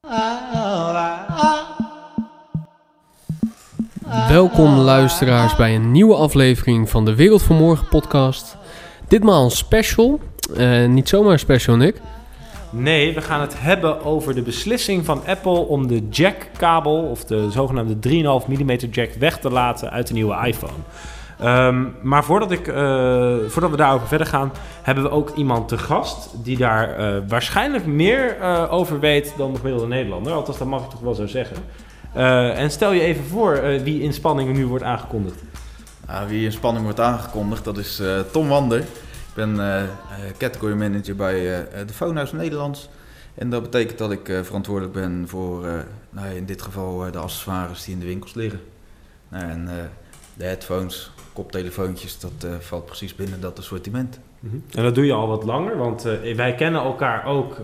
Welkom luisteraars bij een nieuwe aflevering van de Wereld van Morgen podcast. Ditmaal een special, niet zomaar een special, Nick. Nee, we gaan het hebben over de beslissing van Apple om de jackkabel, of de zogenaamde 3,5 mm jack, weg te laten uit de nieuwe iPhone. Maar voordat we daarover verder gaan, hebben we ook iemand te gast die daar waarschijnlijk meer over weet dan de gemiddelde Nederlander. Althans, dat mag ik toch wel zo zeggen. En stel je even voor wie in spanning nu wordt aangekondigd. Wie in spanning wordt aangekondigd, dat is Tom Wander. Ik ben category manager bij de Phonehouse Nederlands. En dat betekent dat ik verantwoordelijk ben voor, in dit geval, de accessoires die in de winkels liggen. En de headphones, koptelefoontjes, dat valt precies binnen dat assortiment. En dat doe je al wat langer, want wij kennen elkaar ook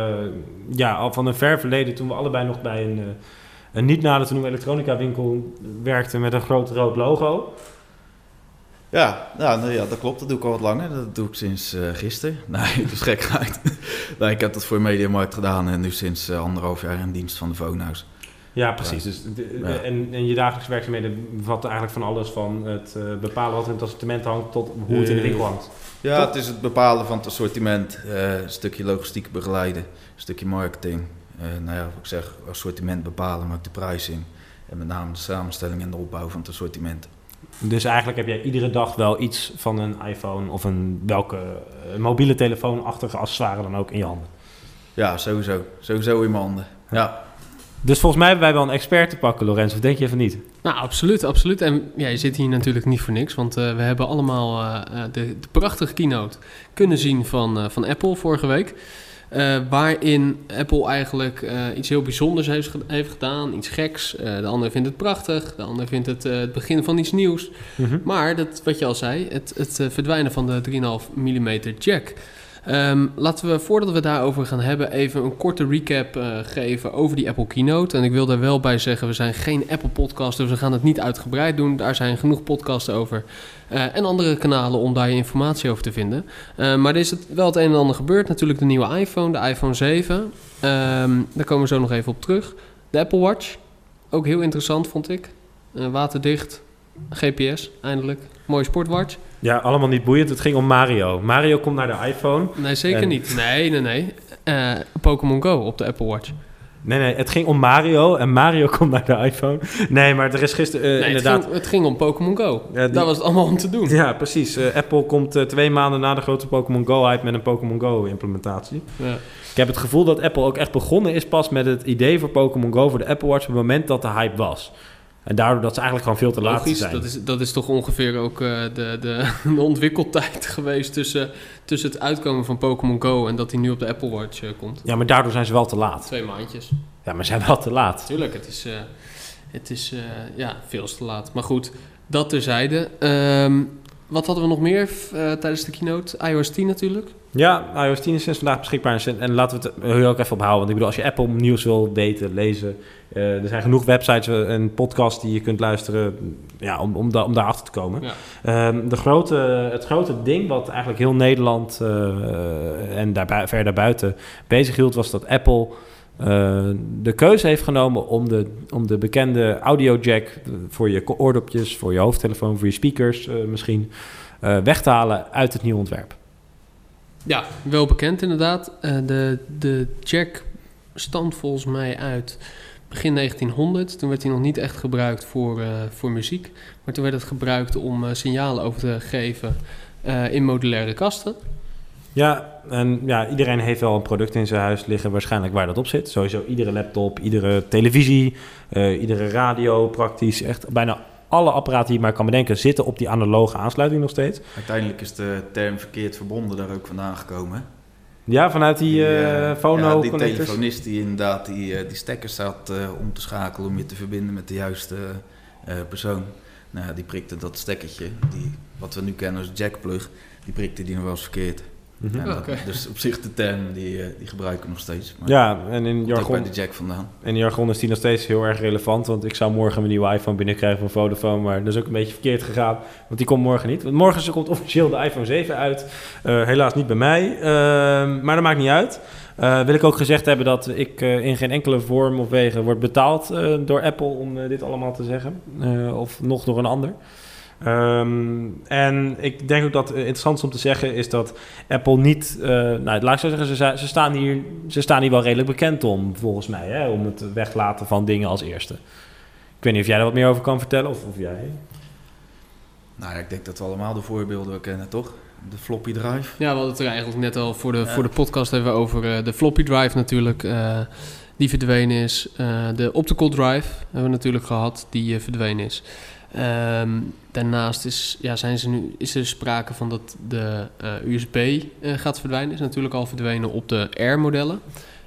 al van een ver verleden, toen we allebei nog bij een niet nader te noemen elektronica winkel werkten met een groot rood logo. Ja, dat klopt. Dat doe ik al wat langer. Dat doe ik sinds gisteren. Nee, dat is gekheid. Nee, ik heb dat voor Mediamarkt gedaan en nu sinds 1,5 jaar in dienst van de Phonehouse. Ja, precies. Dus en je dagelijkse werkzaamheden bevatten eigenlijk van alles, van het bepalen wat er in het assortiment hangt tot hoe het in de winkel hangt. Ja, het is het bepalen van het assortiment, een stukje logistiek begeleiden, een stukje marketing. Wat ik zeg, assortiment bepalen, maar ook de pricing. En met name de samenstelling en de opbouw van het assortiment. Dus eigenlijk heb jij iedere dag wel iets van een iPhone of een mobiele telefoonachtige accessoire dan ook in je handen? Ja, sowieso. Sowieso in mijn handen. Ja. Dus volgens mij hebben wij wel een expert te pakken, Lorenz. Of denk je even niet? Nou, absoluut. En ja, je zit hier natuurlijk niet voor niks, want we hebben allemaal de prachtige keynote kunnen zien van Apple vorige week. Waarin Apple eigenlijk iets heel bijzonders heeft gedaan, iets geks. De ander vindt het prachtig, de ander vindt het begin van iets nieuws. Mm-hmm. Maar wat je al zei, het verdwijnen van de 3,5 mm jack. Laten we, voordat we het daarover gaan hebben, even een korte recap geven over die Apple Keynote. En ik wil daar wel bij zeggen, we zijn geen Apple podcast, dus we gaan het niet uitgebreid doen. Daar zijn genoeg podcasts over en andere kanalen om daar je informatie over te vinden. Maar er is wel het een en ander gebeurd. Natuurlijk de nieuwe iPhone, de iPhone 7. Daar komen we zo nog even op terug. De Apple Watch, ook heel interessant vond ik. Waterdicht, GPS, eindelijk. Mooie sportwatch. Ja, allemaal niet boeiend. Het ging om Mario. Mario komt naar de iPhone. Nee, zeker niet. Nee. Pokémon Go op de Apple Watch. Nee, het ging om Mario en Mario komt naar de iPhone. Nee, maar er is gisteren inderdaad... Het ging om Pokémon Go. Ja, daar was het allemaal om te doen. Ja, precies. Apple komt 2 maanden na de grote Pokémon Go-hype met een Pokémon Go-implementatie. Ja. Ik heb het gevoel dat Apple ook echt begonnen is pas met het idee voor Pokémon Go voor de Apple Watch op het moment dat de hype was. En daardoor dat ze eigenlijk gewoon veel te laat zijn. Dat is toch ongeveer ook de ontwikkeltijd geweest tussen het uitkomen van Pokémon Go en dat hij nu op de Apple Watch komt. Ja, maar daardoor zijn ze wel te laat. 2 maandjes. Ja, maar ze zijn wel te laat. Tuurlijk, het is veel te laat. Maar goed, dat terzijde. Wat hadden we nog meer tijdens de keynote? iOS 10 natuurlijk. Ja, iOS 10 is sinds vandaag beschikbaar. En laten we het hier ook even op houden. Want ik bedoel, als je Apple nieuws wil weten, lezen... er zijn genoeg websites en podcasts die je kunt luisteren om daarachter te komen. Ja. Het grote ding wat eigenlijk heel Nederland en ver daarbuiten bezig hield... was dat Apple de keuze heeft genomen om de bekende audio jack... voor je oordopjes, voor je hoofdtelefoon, voor je speakers misschien... weg te halen uit het nieuwe ontwerp. Ja, wel bekend inderdaad. De jack stamt volgens mij uit begin 1900. Toen werd hij nog niet echt gebruikt voor muziek. Maar toen werd het gebruikt om signalen over te geven in modulaire kasten. Ja, en iedereen heeft wel een product in zijn huis liggen waarschijnlijk waar dat op zit. Sowieso iedere laptop, iedere televisie, iedere radio praktisch. Echt bijna alle apparaten die je maar kan bedenken zitten op die analoge aansluiting nog steeds. Uiteindelijk is de term verkeerd verbonden daar ook vandaan gekomen. Ja, vanuit die Phono die connectors. telefonist die inderdaad die stekkers zat om te schakelen om je te verbinden met de juiste persoon. Nou, die prikte dat stekkertje, wat we nu kennen als jackplug, die prikte die nog wel eens verkeerd. Mm-hmm. Dus op zich de term, die gebruiken we nog steeds. Maar ja, en in jargon, bij de jack vandaan. En in jargon is die nog steeds heel erg relevant. Want ik zou morgen mijn nieuwe iPhone binnenkrijgen van Vodafone. Maar dat is ook een beetje verkeerd gegaan. Want die komt morgen niet. Want morgen komt officieel de iPhone 7 uit. Helaas niet bij mij. Maar dat maakt niet uit. Wil ik ook gezegd hebben dat ik in geen enkele vorm of wegen word betaald door Apple om dit allemaal te zeggen. Of nog door een ander. En ik denk ook dat het interessant is om te zeggen is dat Apple niet... laat ik zo zeggen, ze staan hier wel redelijk bekend om, volgens mij. Hè, om het weglaten van dingen als eerste. Ik weet niet of jij daar wat meer over kan vertellen of jij... Nou ja, ik denk dat we allemaal de voorbeelden wel kennen, toch? De floppy drive. Ja, we hadden het er eigenlijk net al voor de podcast even over de floppy drive natuurlijk. Die verdwenen is. De optical drive hebben we natuurlijk gehad, die verdwenen is. Daarnaast is er sprake van dat de USB gaat verdwijnen. Is natuurlijk al verdwenen op de Air-modellen.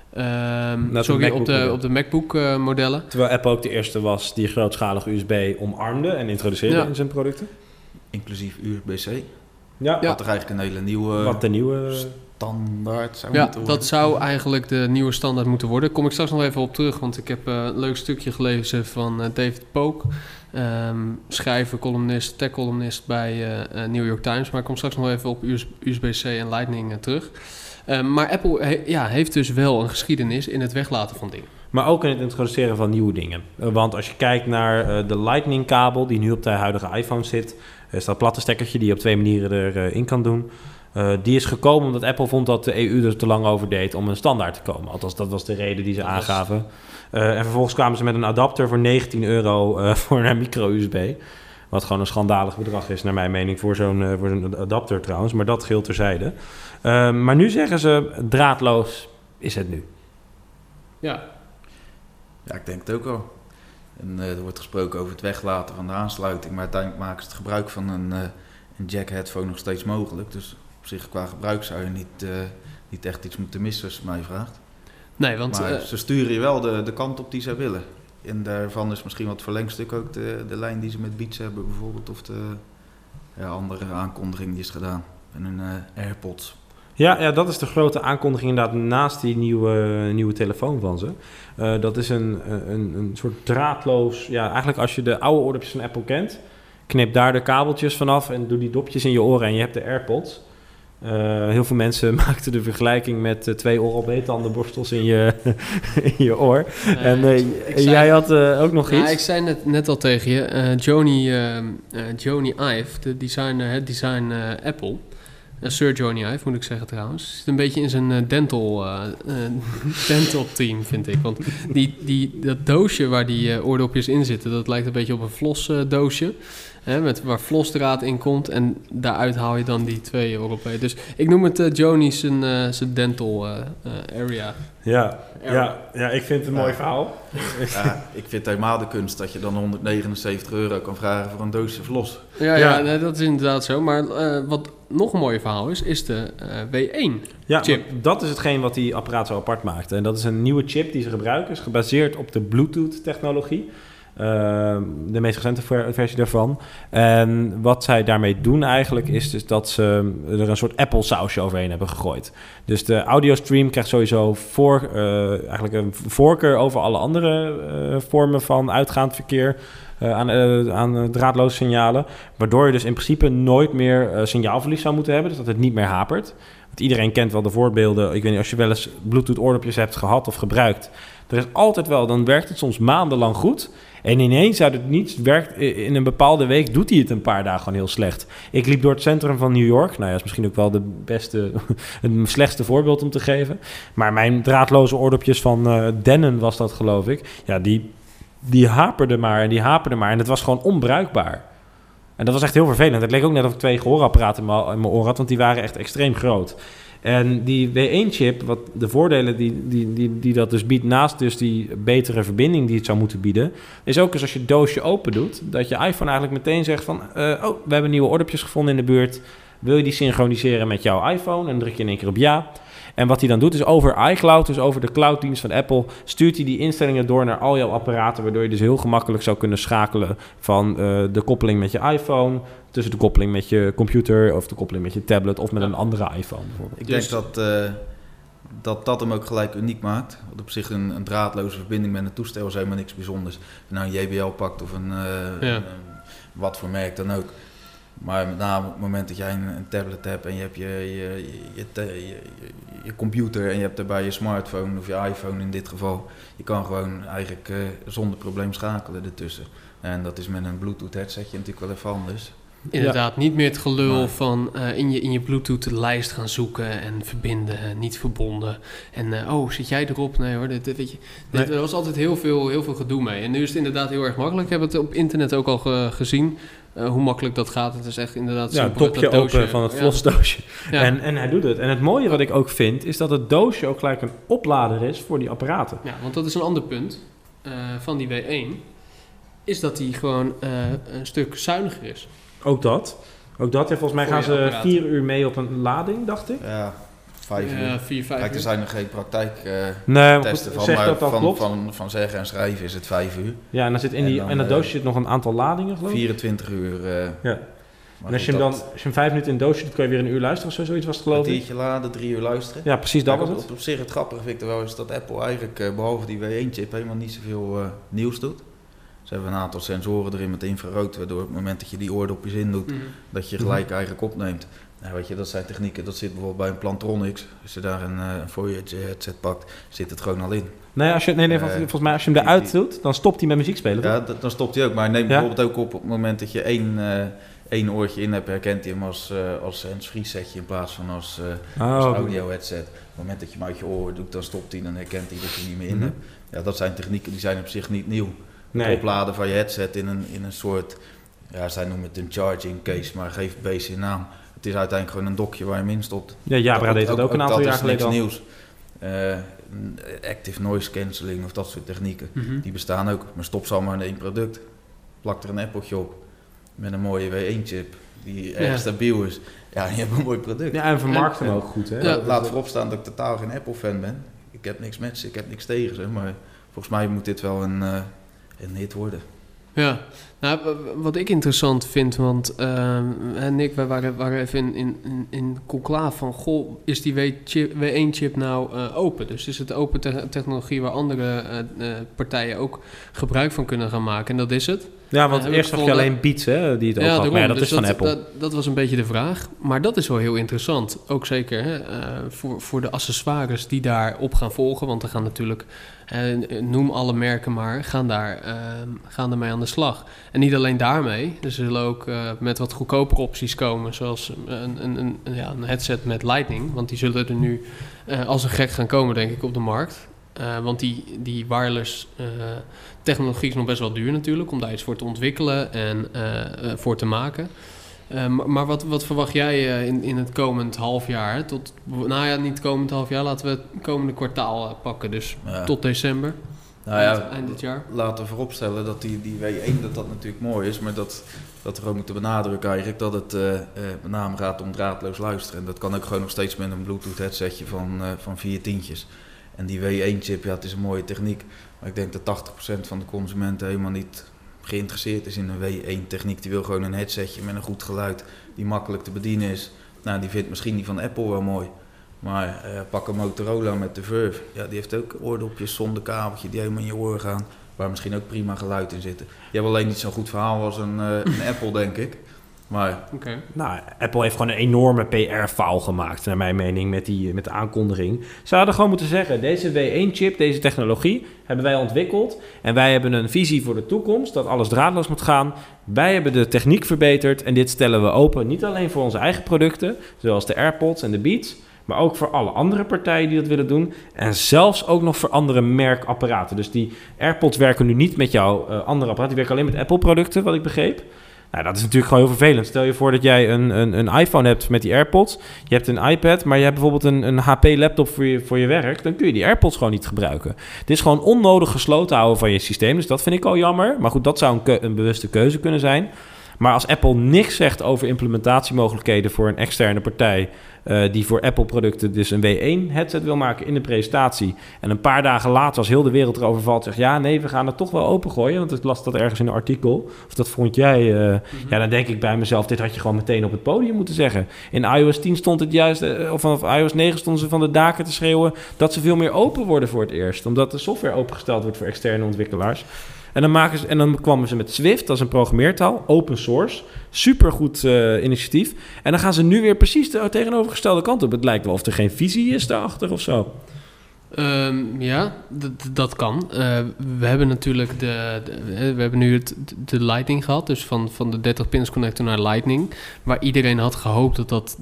Op de MacBook-modellen. Terwijl Apple ook de eerste was die grootschalig USB omarmde en introduceerde in zijn producten. Inclusief USB-C. Ja. Wat toch eigenlijk een hele nieuwe... standaard zou moeten worden. Dat zou eigenlijk de nieuwe standaard moeten worden. Daar kom ik straks nog even op terug, want ik heb een leuk stukje gelezen van David Pogue, schrijver, columnist, tech-columnist bij New York Times. Maar ik kom straks nog even op USB-C en Lightning terug. Maar Apple heeft dus wel een geschiedenis in het weglaten van dingen. Maar ook in het introduceren van nieuwe dingen. Want als je kijkt naar de Lightning-kabel die nu op de huidige iPhone zit, is dat platte stekkertje die je op 2 manieren erin kan doen. Die is gekomen omdat Apple vond dat de EU er te lang over deed om een standaard te komen. Althans, dat was de reden die ze aangaven. En vervolgens kwamen ze met een adapter voor €19 voor een micro-USB. Wat gewoon een schandalig bedrag is, naar mijn mening, voor zo'n adapter trouwens. Maar dat geldt terzijde. Maar nu zeggen ze, draadloos is het nu. Ja, ik denk het ook wel. En er wordt gesproken over het weglaten van de aansluiting. Maar uiteindelijk maken ze het gebruik van een jack-headphone nog steeds mogelijk. Dus op zich qua gebruik zou je niet echt iets moeten missen als je mij vraagt. Nee, want maar ze sturen je wel de kant op die ze willen. En daarvan is misschien wat verlengstuk ook de lijn die ze met Beats hebben bijvoorbeeld. Of de andere aankondiging die is gedaan. En hun AirPods. Ja, dat is de grote aankondiging inderdaad naast die nieuwe telefoon van ze. Dat is een soort draadloos... Ja, eigenlijk als je de oude oordopjes van Apple kent, knip daar de kabeltjes vanaf en doe die dopjes in je oren en je hebt de AirPods. Heel veel mensen maakten de vergelijking met 2 Oral-B-tandenborstels in je oor. Jij had ook nog iets. Ik zei net al tegen je, Jony Ive, de design Apple... Sir Jony Ive, moet ik zeggen trouwens. Zit een beetje in zijn dental team, vind ik. Want dat doosje waar die oordopjes in zitten, dat lijkt een beetje op een flosdoosje. Waar flosdraad in komt. En daaruit haal je dan die 2 Europee. Dus ik noem het Jony zijn dental area. Ja, ik vind het een mooi verhaal. Ja, ik vind helemaal de kunst dat je dan €179 kan vragen voor een doosje flos. Ja, dat is inderdaad zo. Maar wat nog een mooi verhaal is de W1 chip. Dat is hetgeen wat die apparaat zo apart maakt. En dat is een nieuwe chip die ze gebruiken. Is gebaseerd op de Bluetooth-technologie. De meest recente versie daarvan. En wat zij daarmee doen eigenlijk is dus dat ze er een soort Apple sausje overheen hebben gegooid. Dus de audiostream krijgt sowieso eigenlijk een voorkeur over alle andere vormen van uitgaand verkeer aan draadloze signalen. Waardoor je dus in principe nooit meer signaalverlies zou moeten hebben. Dus dat het niet meer hapert. Want iedereen kent wel de voorbeelden. Ik weet niet, als je wel eens Bluetooth oordopjes hebt gehad of gebruikt. Er is altijd wel, dan werkt het soms maandenlang goed. En ineens uit het niets werkt, in een bepaalde week doet hij het een paar dagen gewoon heel slecht. Ik liep door het centrum van New York. Nou ja, dat is misschien ook wel het slechtste voorbeeld om te geven. Maar mijn draadloze oordopjes van Denon was dat, geloof ik. Ja, die haperden maar en die haperden maar. En het was gewoon onbruikbaar. En dat was echt heel vervelend. Het leek ook net of ik 2 gehoorapparaten in mijn oor had, want die waren echt extreem groot. En die W1-chip, wat de voordelen die dat dus biedt, naast dus die betere verbinding die het zou moeten bieden, is ook eens als je het doosje open doet, dat je iPhone eigenlijk meteen zegt van, we hebben nieuwe oordopjes gevonden in de buurt. Wil je die synchroniseren met jouw iPhone? En dan druk je in één keer op ja. En wat hij dan doet is over iCloud, dus over de clouddienst van Apple, stuurt hij die instellingen door naar al jouw apparaten, waardoor je dus heel gemakkelijk zou kunnen schakelen van de koppeling met je iPhone, tussen de koppeling met je computer of de koppeling met je tablet of met een andere iPhone bijvoorbeeld. Ik denk dat hem ook gelijk uniek maakt. Want op zich een draadloze verbinding met een toestel is helemaal niks bijzonders. Als je nou een JBL pakt of een wat voor merk dan ook. Maar met name op het moment dat jij een tablet hebt en je hebt je computer en je hebt daarbij je smartphone of je iPhone in dit geval. Je kan gewoon eigenlijk zonder probleem schakelen ertussen. En dat is met een Bluetooth headsetje natuurlijk wel even anders. Inderdaad, niet meer het gelul van in je Bluetooth lijst gaan zoeken en verbinden, niet verbonden. En zit jij erop? Nee hoor, er was altijd heel veel gedoe mee. En nu is het inderdaad heel erg makkelijk. Ik heb het op internet ook al gezien, hoe makkelijk dat gaat. Het is echt inderdaad simpel. Topje dat doosje, open van het Vlos-doosje. Ja. En hij doet het. En het mooie wat ik ook vind, is dat het doosje ook gelijk een oplader is voor die apparaten. Ja, want dat is een ander punt van die W1, is dat die gewoon een stuk zuiniger is. Ook dat. Ja, volgens mij gaan ze 4 uur mee op een lading, dacht ik. Ja, 5 uur. 4, 5 Kijk, er zijn nog geen testen van, maar van zeggen en schrijven is het 5 uur. Ja, en dan zit in dat doosje zit nog een aantal ladingen, geloof ik. 24 uur. Ja. En als je hem 5 minuten in een doosje doet, kun je weer een uur luisteren of zo, zoiets was het, geloof ik. Een kwartiertje laden, 3 uur luisteren. Ja, precies, dat was het. Op zich het grappige vind ik er wel is dat Apple eigenlijk, behalve die W1-chip, helemaal niet zoveel nieuws doet. Ze hebben een aantal sensoren erin met infrarood, waardoor op het moment dat je die oordopjes in doet, dat je gelijk eigenlijk opneemt. Nou, weet je, dat zijn technieken, dat zit bijvoorbeeld bij een Plantronics. Als je daar een Voyager headset pakt, zit het gewoon al in. Nee, volgens mij als je hem eruit doet, dan stopt hij met muziek spelen. Ja, dan stopt hij ook. Maar neem bijvoorbeeld ook op het moment dat je één oortje in hebt, herkent hij hem als hands-free setje in plaats van als audio headset. Op het moment dat je hem uit je oor doet, dan stopt hij, dan herkent hij dat je hem niet meer in hebt. Ja, dat zijn technieken die zijn op zich niet nieuw. Het opladen van je headset in een soort, zij noemen het een charging case, maar geef het beest een naam. Het is uiteindelijk gewoon een dokje waar je hem in stopt. Ja, Jabra deed dat ook een aantal jaar geleden al. Dat is niks nieuws. Active noise cancelling of dat soort technieken, die bestaan ook. Maar stop ze allemaal in één product. Plak er een Appletje op met een mooie W1-chip die erg stabiel is. Ja, je hebt een mooi product. Ja, en vermarkt hem ook goed. Hè? Ja, laat voorop staan dat ik totaal geen Apple-fan ben. Ik heb niks met ze, ik heb niks tegen ze, maar volgens mij moet dit wel een hit worden. Ja, nou, wat ik interessant vind, want Nick, wij waren even in conclave van, goh, is die W1-chip nou open? Dus is het open technologie waar andere partijen ook gebruik van kunnen gaan maken? En dat is het. Ja, want eerst zag je alleen Beats, hè, die het ook had. Maar ja, dat dus is van Apple. Dat was een beetje de vraag. Maar dat is wel heel interessant. Ook zeker voor de accessoires die daarop gaan volgen. Want er gaan natuurlijk, noem alle merken maar, gaan ermee aan de slag. En niet alleen daarmee. Er zullen ook met wat goedkopere opties komen. Zoals een headset met Lightning. Want die zullen er nu als een gek gaan komen, denk ik, op de markt. Want die wireless technologie is nog best wel duur natuurlijk, om daar iets voor te ontwikkelen en voor te maken. Maar wat verwacht jij in het komend half jaar? Niet komend half jaar, laten we het komende kwartaal pakken, dus tot december, eind dit jaar. Laten we vooropstellen dat die W1 dat natuurlijk mooi is, maar dat we ook moeten benadrukken eigenlijk dat het met name gaat om draadloos luisteren. En dat kan ook gewoon nog steeds met een Bluetooth headsetje van 4 tientjes. En die W1-chip, het is een mooie techniek. Maar ik denk dat 80% van de consumenten helemaal niet geïnteresseerd is in een W1-techniek. Die wil gewoon een headsetje met een goed geluid die makkelijk te bedienen is. Nou, die vindt misschien die van Apple wel mooi. Maar pak een Motorola met de Verve. Ja, die heeft ook oordopjes zonder kabeltje die helemaal in je oor gaan. Waar misschien ook prima geluid in zitten. Die hebben alleen niet zo'n goed verhaal als een Apple, denk ik. Maar Nou, Apple heeft gewoon een enorme PR-fout gemaakt, naar mijn mening, met de aankondiging. Ze hadden gewoon moeten zeggen, deze W1-chip, deze technologie, hebben wij ontwikkeld. En wij hebben een visie voor de toekomst, dat alles draadloos moet gaan. Wij hebben de techniek verbeterd en dit stellen we open. Niet alleen voor onze eigen producten, zoals de AirPods en de Beats, maar ook voor alle andere partijen die dat willen doen. En zelfs ook nog voor andere merkapparaten. Dus die AirPods werken nu niet met jouw andere apparaat. Die werken alleen met Apple-producten, wat ik begreep. Nou, dat is natuurlijk gewoon heel vervelend. Stel je voor dat jij een iPhone hebt met die AirPods. Je hebt een iPad, maar je hebt bijvoorbeeld een HP-laptop voor je werk. Dan kun je die AirPods gewoon niet gebruiken. Het is gewoon onnodig gesloten houden van je systeem. Dus dat vind ik al jammer. Maar goed, dat zou een bewuste keuze kunnen zijn. Maar als Apple niks zegt over implementatiemogelijkheden voor een externe partij die voor Apple-producten dus een W1-headset wil maken in de presentatie. En een paar dagen later, als heel de wereld erover valt, zegt ja, nee, we gaan het toch wel opengooien. Want ik las dat ergens in een artikel. Of dat vond jij? Ja, dan denk ik bij mezelf, dit had je gewoon meteen op het podium moeten zeggen. In iOS 10 stond het juist, of vanaf iOS 9 stonden ze van de daken te schreeuwen dat ze veel meer open worden voor het eerst. Omdat de software opengesteld wordt voor externe ontwikkelaars. En dan kwamen ze met Swift, dat is een programmeertaal, open source, supergoed initiatief. En dan gaan ze nu weer precies de tegenovergestelde kant op. Het lijkt wel of er geen visie is daarachter of zo. Ja, dat kan. We hebben natuurlijk we hebben nu de Lightning gehad, dus van de 30 pins connector naar Lightning, waar iedereen had gehoopt dat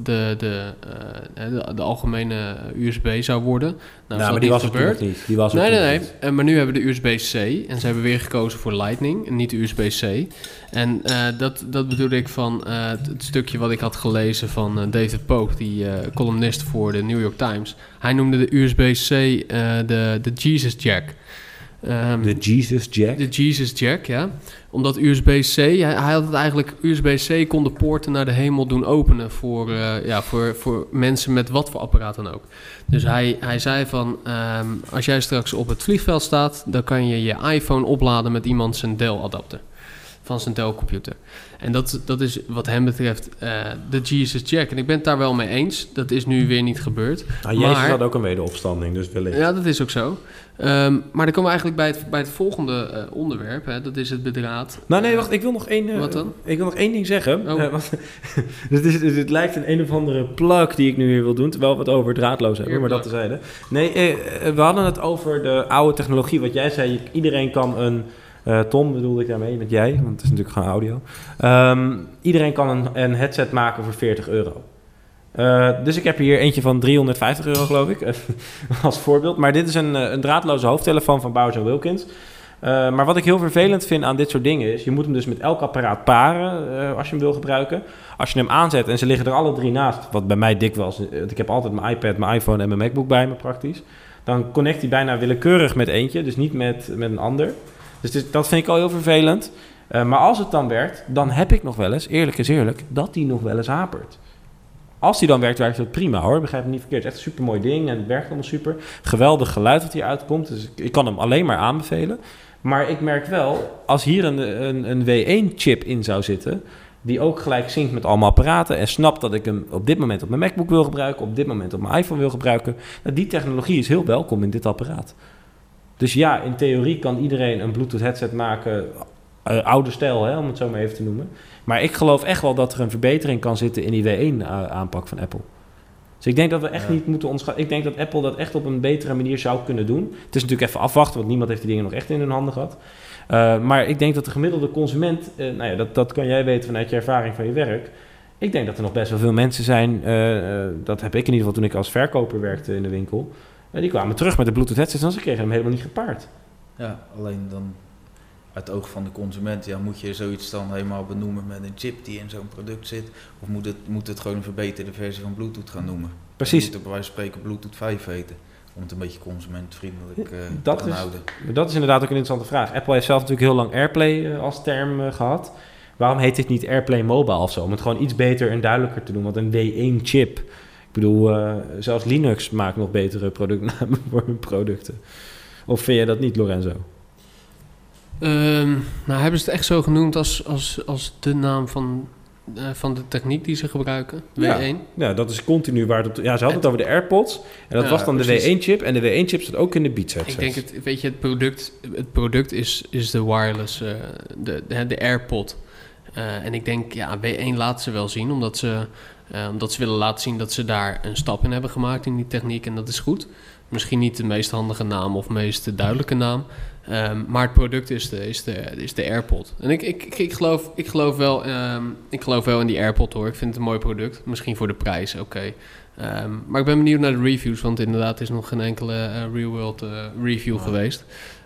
de algemene USB zou worden. Nou, maar die was gebeurd. Niet. Die was nee. Maar nu hebben we de USB-C en ze hebben weer gekozen voor Lightning en niet de USB-C. En dat bedoelde ik van het stukje wat ik had gelezen van David Pogue, die columnist voor de New York Times. Hij noemde de USB-C de Jesus Jack. De Jesus Jack? De Jesus Jack, ja. Omdat USB-C, hij had het eigenlijk, USB-C kon de poorten naar de hemel doen openen voor mensen met wat voor apparaat dan ook. Dus hij zei van, als jij straks op het vliegveld staat, dan kan je je iPhone opladen met iemand zijn Dell-adapter. Van zijn Dell-computer. En dat is wat hem betreft de Jesus Jack. En ik ben het daar wel mee eens. Dat is nu weer niet gebeurd. Jezus had ook een wederopstanding, dus wellicht. Ja, dat is ook zo. Maar dan komen we eigenlijk bij het volgende onderwerp. Hè. Dat is het bedraad. Nee, wacht. Ik wil nog één... wat dan? Ik wil nog één ding zeggen. Oh. Het lijkt een of andere plug die ik nu weer wil doen. Terwijl we het over draadloos hebben, maar dat tezijde. Nee, we hadden het over de oude technologie. Wat jij zei, iedereen kan een... Tom bedoelde ik daarmee, met jij, want het is natuurlijk gewoon audio. Iedereen kan een headset maken voor €40. Dus ik heb hier eentje van €350, geloof ik, als voorbeeld. Maar dit is een draadloze hoofdtelefoon van Bowers & Wilkins. Maar wat ik heel vervelend vind aan dit soort dingen is... je moet hem dus met elk apparaat paren als je hem wil gebruiken. Als je hem aanzet en ze liggen er alle drie naast... wat bij mij dikwijls... ik heb altijd mijn iPad, mijn iPhone en mijn MacBook bij me praktisch. Dan connect hij bijna willekeurig met eentje, dus niet met een ander... Dus dat vind ik al heel vervelend. Maar als het dan werkt, dan heb ik nog wel eens, eerlijk is eerlijk, dat die nog wel eens hapert. Als die dan werkt, werkt het prima hoor. Begrijp me niet verkeerd. Het is echt een supermooi ding en het werkt allemaal super. Geweldig geluid dat hier uitkomt. Dus ik kan hem alleen maar aanbevelen. Maar ik merk wel, als hier een W1-chip in zou zitten... die ook gelijk zinkt met allemaal apparaten... en snapt dat ik hem op dit moment op mijn MacBook wil gebruiken... op dit moment op mijn iPhone wil gebruiken... die technologie is heel welkom in dit apparaat. Dus ja, in theorie kan iedereen een Bluetooth headset maken, oude stijl, hè, om het zo maar even te noemen. Maar ik geloof echt wel dat er een verbetering kan zitten in die W1-aanpak van Apple. Dus ik denk dat we echt niet moeten onderschatten. Ik denk dat Apple dat echt op een betere manier zou kunnen doen. Het is natuurlijk even afwachten, want niemand heeft die dingen nog echt in hun handen gehad. Maar ik denk dat de gemiddelde consument, dat kan jij weten vanuit je ervaring van je werk. Ik denk dat er nog best wel veel mensen zijn, dat heb ik in ieder geval toen ik als verkoper werkte in de winkel... die kwamen terug met de Bluetooth headsets en ze kregen hem helemaal niet gepaard. Ja, alleen dan uit het oog van de consument, moet je zoiets dan helemaal benoemen met een chip die in zo'n product zit? Of moet het gewoon een verbeterde versie van Bluetooth gaan noemen? Precies. Je moet bij wijze van spreken Bluetooth 5 heten, om het een beetje consumentvriendelijk te gaan houden. Dat is inderdaad ook een interessante vraag. Apple heeft zelf natuurlijk heel lang AirPlay als term gehad. Waarom heet dit niet AirPlay Mobile of zo? Om het gewoon iets beter en duidelijker te doen, want een W1-chip... Ik bedoel, zelfs Linux maakt nog betere productnamen voor hun producten. Of vind jij dat niet, Lorenzo? Hebben ze het echt zo genoemd als de naam van de techniek die ze gebruiken? W1? Ja, dat is continu waar het... Ja, ze hadden het over de AirPods. En dat was dan precies. De W1-chip. En de W1-chip zit ook in de Beats headsets. Ik denk, het product is de wireless, de AirPod. En ik denk, W1 laten ze wel zien, omdat ze willen laten zien dat ze daar een stap in hebben gemaakt in die techniek. En dat is goed. Misschien niet de meest handige naam of meest duidelijke naam. Maar het product is de AirPod. En ik geloof wel in die AirPod hoor. Ik vind het een mooi product. Misschien voor de prijs, oké. Maar ik ben benieuwd naar de reviews. Want inderdaad is nog geen enkele real world review geweest.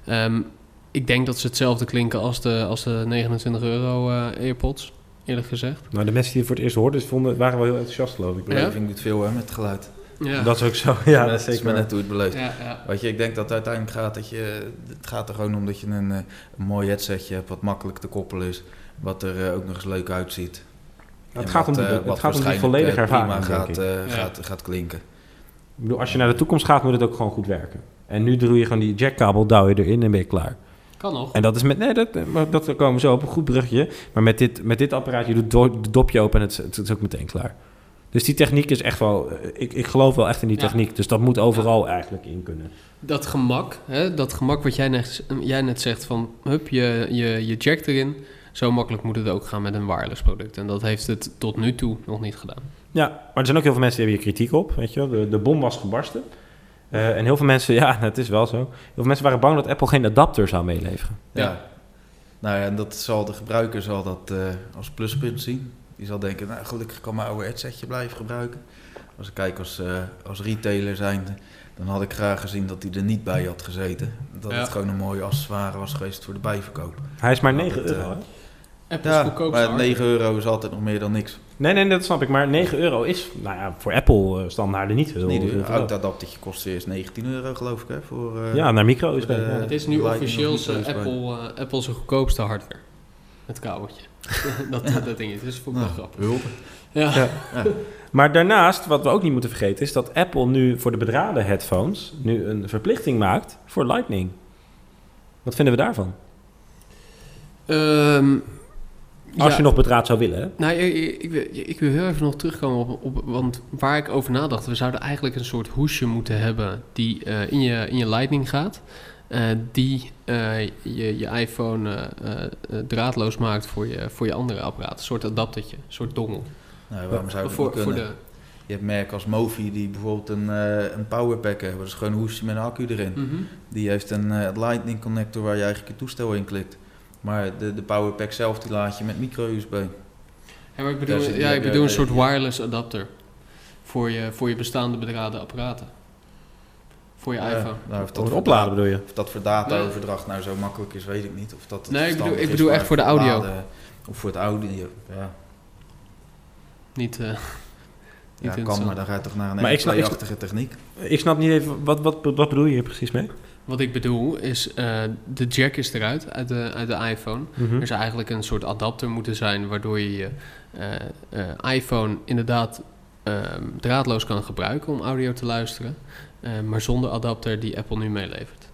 Ik denk dat ze hetzelfde klinken als de €29 AirPods. Eerlijk gezegd. Nou, de mensen die het voor het eerst hoorden, waren wel heel enthousiast, geloof ik. Beleving doet veel met het geluid. Ja. Dat is ook zo. Ja, dat is maar net hoe het beleeft. Ja. Weet je, ik denk dat het uiteindelijk gaat het gaat er gewoon om dat je een mooi headsetje hebt wat makkelijk te koppelen is, wat er ook nog eens leuk uitziet. Het gaat om die volledige ervaring, gaat klinken. Ik bedoel, als je naar de toekomst gaat, moet het ook gewoon goed werken. En nu doe je gewoon die jackkabel, douw je erin en ben je klaar. Kan nog. En dat is dat komen we zo op, een goed brugje. Maar met dit apparaat, je doet het dopje open en het is ook meteen klaar. Dus die techniek is echt wel... Ik geloof wel echt in die techniek. Dus dat moet overal eigenlijk in kunnen. Dat gemak wat jij net zegt van... Hup, je jack erin. Zo makkelijk moet het ook gaan met een wireless product. En dat heeft het tot nu toe nog niet gedaan. Ja, maar er zijn ook heel veel mensen die hebben hier kritiek op. Weet je wel? De bom was gebarsten. En heel veel mensen... Ja, het is wel zo. Heel veel mensen waren bang dat Apple geen adapter zou meeleveren. Ja. Nou ja, en dat zal de gebruiker als pluspunt zien. Die zal denken, nou gelukkig kan mijn oude headsetje blijven gebruiken. Als ik kijk als retailer zijnde, dan had ik graag gezien dat hij er niet bij had gezeten. Dat het gewoon een mooie accessoire was geweest voor de bijverkoop. Hij is maar €9, hè? Maar €9 is altijd nog meer dan niks. Nee, dat snap ik. Maar €9 is voor Apple standaarden niet heel veel. Een auto-adaptertje kost eerst €19 geloof ik. Hè, voor, naar micro-USB. Het is nu officieel Apple's goedkoopste hardware. Het kabeltje. dat ding is. Dus vond ik wel grappig. Ja. Maar daarnaast, wat we ook niet moeten vergeten... is dat Apple nu voor de bedraden headphones... nu een verplichting maakt voor Lightning. Wat vinden we daarvan? Als je nog bedraad zou willen, hè? Nou, ik wil heel even nog terugkomen op... Want waar ik over nadacht... We zouden eigenlijk een soort hoesje moeten hebben... die in je Lightning gaat... die je iPhone draadloos maakt voor je andere apparaat. Een soort adaptertje, een soort dongel. Nou, waarom zou dat niet kunnen? Je hebt merken als Mofi die bijvoorbeeld een powerpack hebben. Dat is gewoon een hoesje met een accu erin. Mm-hmm. Die heeft een Lightning connector waar je eigenlijk je toestel in klikt. Maar de powerpack zelf die laat je met micro-USB. Ja, maar ik bedoel een soort wireless adapter. Voor je bestaande bedraden apparaten. Voor je iPhone. Nou, of het opladen bedoel je? Of dat voor data-overdracht nou zo makkelijk is, weet ik niet. Of dat ik bedoel echt voor de audio. Of voor het audio, ja. Niet kan, maar dan ga je toch naar een AirPlay-achtige techniek. Ik snap niet even, wat bedoel je hier precies mee? Wat ik bedoel is, de jack is eruit uit de iPhone. Mm-hmm. Er zou eigenlijk een soort adapter moeten zijn... waardoor je je iPhone inderdaad draadloos kan gebruiken om audio te luisteren... maar zonder adapter die Apple nu meelevert.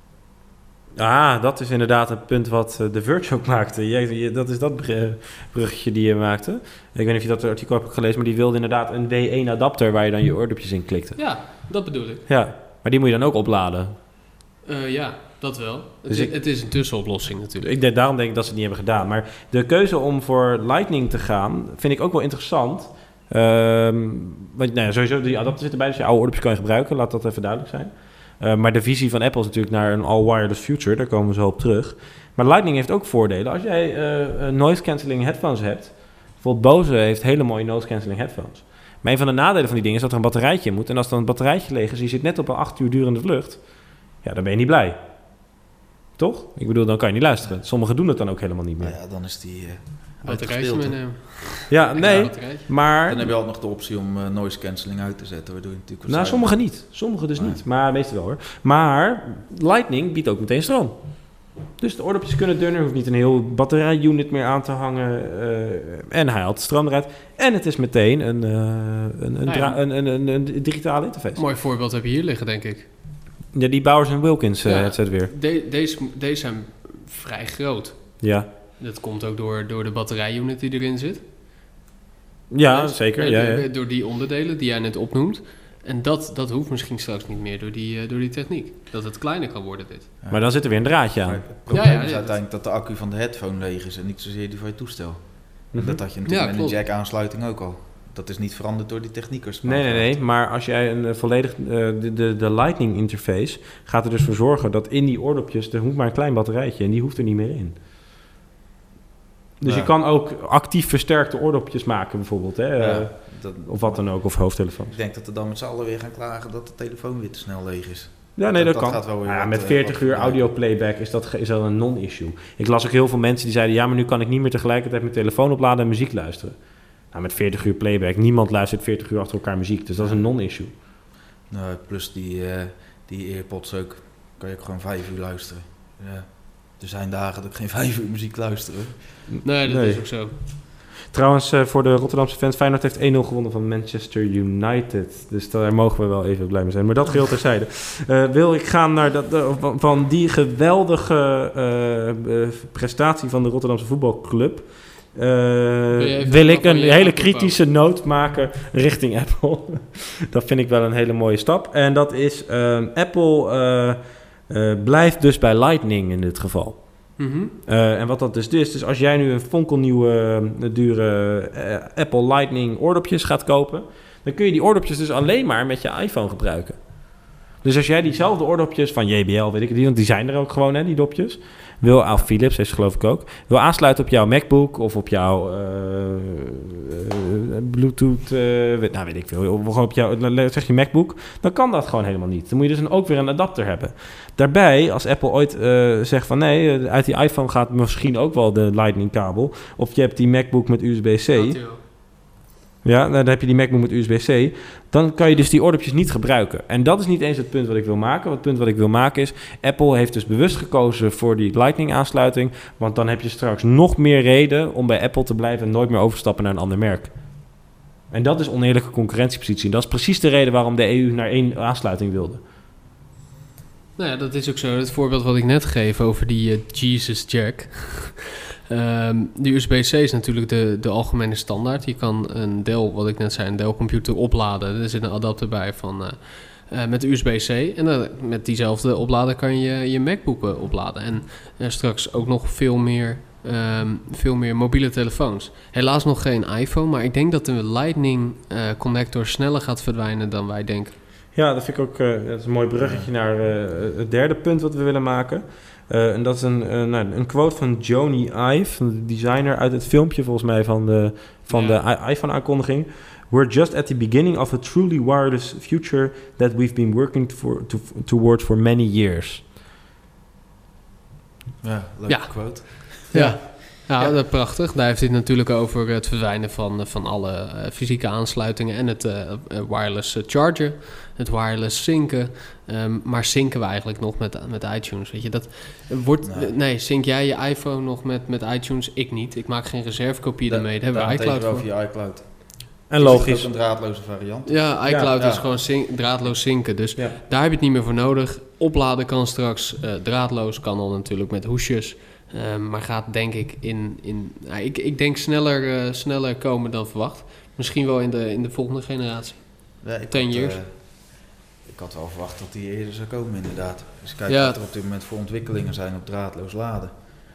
Dat is inderdaad het punt wat The Verge ook maakte. Dat is dat bruggetje die je maakte. Ik weet niet of je dat artikel hebt gelezen... maar die wilde inderdaad een W1 adapter... waar je dan je oordopjes in klikte. Ja, dat bedoel ik. Ja, maar die moet je dan ook opladen. Ja, dat wel. Dus het is een tussenoplossing natuurlijk. Daarom denk ik dat ze het niet hebben gedaan. Maar de keuze om voor Lightning te gaan... vind ik ook wel interessant... want sowieso die adapter zit erbij, dus je oude oordopjes kan je gebruiken, laat dat even duidelijk zijn. Maar de visie van Apple is natuurlijk naar een all-wireless future, daar komen we zo op terug. Maar Lightning heeft ook voordelen. Als jij noise cancelling headphones hebt, bijvoorbeeld Bose heeft hele mooie noise cancelling headphones. Maar een van de nadelen van die dingen is dat er een batterijtje in moet. En als dan een batterijtje leeg is en je zit net op een 8 uur durende vlucht, ja, dan ben je niet blij. Toch? Ik bedoel, dan kan je niet luisteren. Sommigen doen het dan ook helemaal niet meer. Nou ja, dan is die... batterijtje meenemen. Ja, nee, maar... Dan heb je altijd nog de optie om noise cancelling uit te zetten. Waardoor je natuurlijk wat sommigen niet. Sommigen dus niet. Maar meestal wel hoor. Maar Lightning biedt ook meteen stroom. Dus de oordopjes kunnen dunner. Hoeft niet een heel batterijunit meer aan te hangen. En hij haalt de stroom eruit. En het is meteen een digitale interface. Mooi voorbeeld heb je hier liggen, denk ik. Ja, die Bowers & Wilkins headset weer. Deze zijn vrij groot. Ja. Dat komt ook door de batterijunit die erin zit. Ja, zeker. Door die onderdelen die jij net opnoemt. En dat hoeft misschien straks niet meer door die techniek. Dat het kleiner kan worden, dit. Ja. Maar dan zit er weer een draadje aan. Maar het probleem is uiteindelijk dat de accu van de headphone leeg is... en niet zozeer die van je toestel. Mm-hmm. Dat had je natuurlijk met een jack-aansluiting ook al. Dat is niet veranderd door die techniekers. Nee. Maar als jij een volledig... de Lightning interface gaat er dus voor zorgen... dat in die oordopjes... er moet maar een klein batterijtje... en die hoeft er niet meer in. Dus je kan ook actief versterkte oordopjes maken bijvoorbeeld. Hè? Of wat dan ook, of hoofdtelefoons. Ik denk dat we dan met z'n allen weer gaan klagen dat de telefoon weer te snel leeg is. Ja, nee, dat kan. Gaat wel weer met 40 uur audio playback is dat een non-issue. Ik las ook heel veel mensen die zeiden... ja, maar nu kan ik niet meer tegelijkertijd mijn telefoon opladen en muziek luisteren. Nou, met 40 uur playback, niemand luistert 40 uur achter elkaar muziek. Dus dat is een non-issue. Nou, plus die AirPods ook, kan je ook gewoon 5 uur luisteren. Ja. Er zijn dagen dat ik geen 5 uur muziek luister. Nee, dat is ook zo. Trouwens, voor de Rotterdamse fans, Feyenoord heeft 1-0 gewonnen van Manchester United. Dus daar mogen we wel even blij mee zijn. Maar dat geheel terzijde. Wil ik gaan naar van die geweldige prestatie van de Rotterdamse voetbalclub. wil ik een hele kritische noot maken richting Apple. Dat vind ik wel een hele mooie stap. En dat is Apple blijft dus bij Lightning in dit geval. Mm-hmm. En wat dat dus is, dus als jij nu een fonkelnieuwe dure Apple Lightning oordopjes gaat kopen, dan kun je die oordopjes dus alleen maar met je iPhone gebruiken. Dus als jij diezelfde oordopjes van JBL, weet ik het niet, want die zijn er ook gewoon, hè, die dopjes, Philips heeft ze geloof ik ook, wil aansluiten op jouw MacBook of op jouw Bluetooth, weet ik veel, of gewoon op jouw, zeg je MacBook, dan kan dat gewoon helemaal niet. Dan moet je dus ook weer een adapter hebben. Daarbij, als Apple ooit zegt van nee, uit die iPhone gaat misschien ook wel de Lightning kabel, of je hebt die MacBook met USB-C, ja, dan heb je die MacBook met USB-C. Dan kan je dus die oordopjes niet gebruiken. En dat is niet eens het punt wat ik wil maken. Het punt wat ik wil maken is, Apple heeft dus bewust gekozen voor die Lightning-aansluiting. Want dan heb je straks nog meer reden om bij Apple te blijven en nooit meer overstappen naar een ander merk. En dat is oneerlijke concurrentiepositie. En dat is precies de reden waarom de EU naar 1 aansluiting wilde. Nou ja, dat is ook zo. Het voorbeeld wat ik net geef over die Jesus Jack. De USB-C is natuurlijk de algemene standaard. Je kan een Dell, wat ik net zei, een Dell-computer opladen. Er zit een adapter bij met USB-C. En met diezelfde oplader kan je je MacBook opladen. En straks ook nog veel meer mobiele telefoons. Helaas nog geen iPhone, maar ik denk dat de Lightning connector sneller gaat verdwijnen dan wij denken. Ja, dat vind ik ook dat is een mooi bruggetje naar het derde punt wat we willen maken. En dat is een quote van Jony Ive, de designer, uit het filmpje volgens mij van de iPhone-aankondiging. We're just at the beginning of a truly wireless future that we've been working towards for many years. Ja, leuke quote. Ja, dat is prachtig. Daar heeft hij het natuurlijk over het verdwijnen van alle fysieke aansluitingen en het wireless charger, het wireless synken. Maar synken we eigenlijk nog met iTunes? Weet je, dat wordt. Nee, sync jij je iPhone nog met iTunes? Ik niet. Ik maak geen reservekopie ermee. Daar hebben we iCloud voor. Over je iCloud. En logisch. Is ook een draadloze variant. Ja, iCloud is gewoon draadloos synken. Dus daar heb je het niet meer voor nodig. Opladen kan straks draadloos, kan al natuurlijk met hoesjes. Maar gaat denk ik ik denk sneller komen dan verwacht. Misschien wel in de volgende generatie. Ja, 10 years. Ik had wel verwacht dat die eerder zou komen inderdaad. Dus kijk wat er op dit moment voor ontwikkelingen zijn op draadloos laden.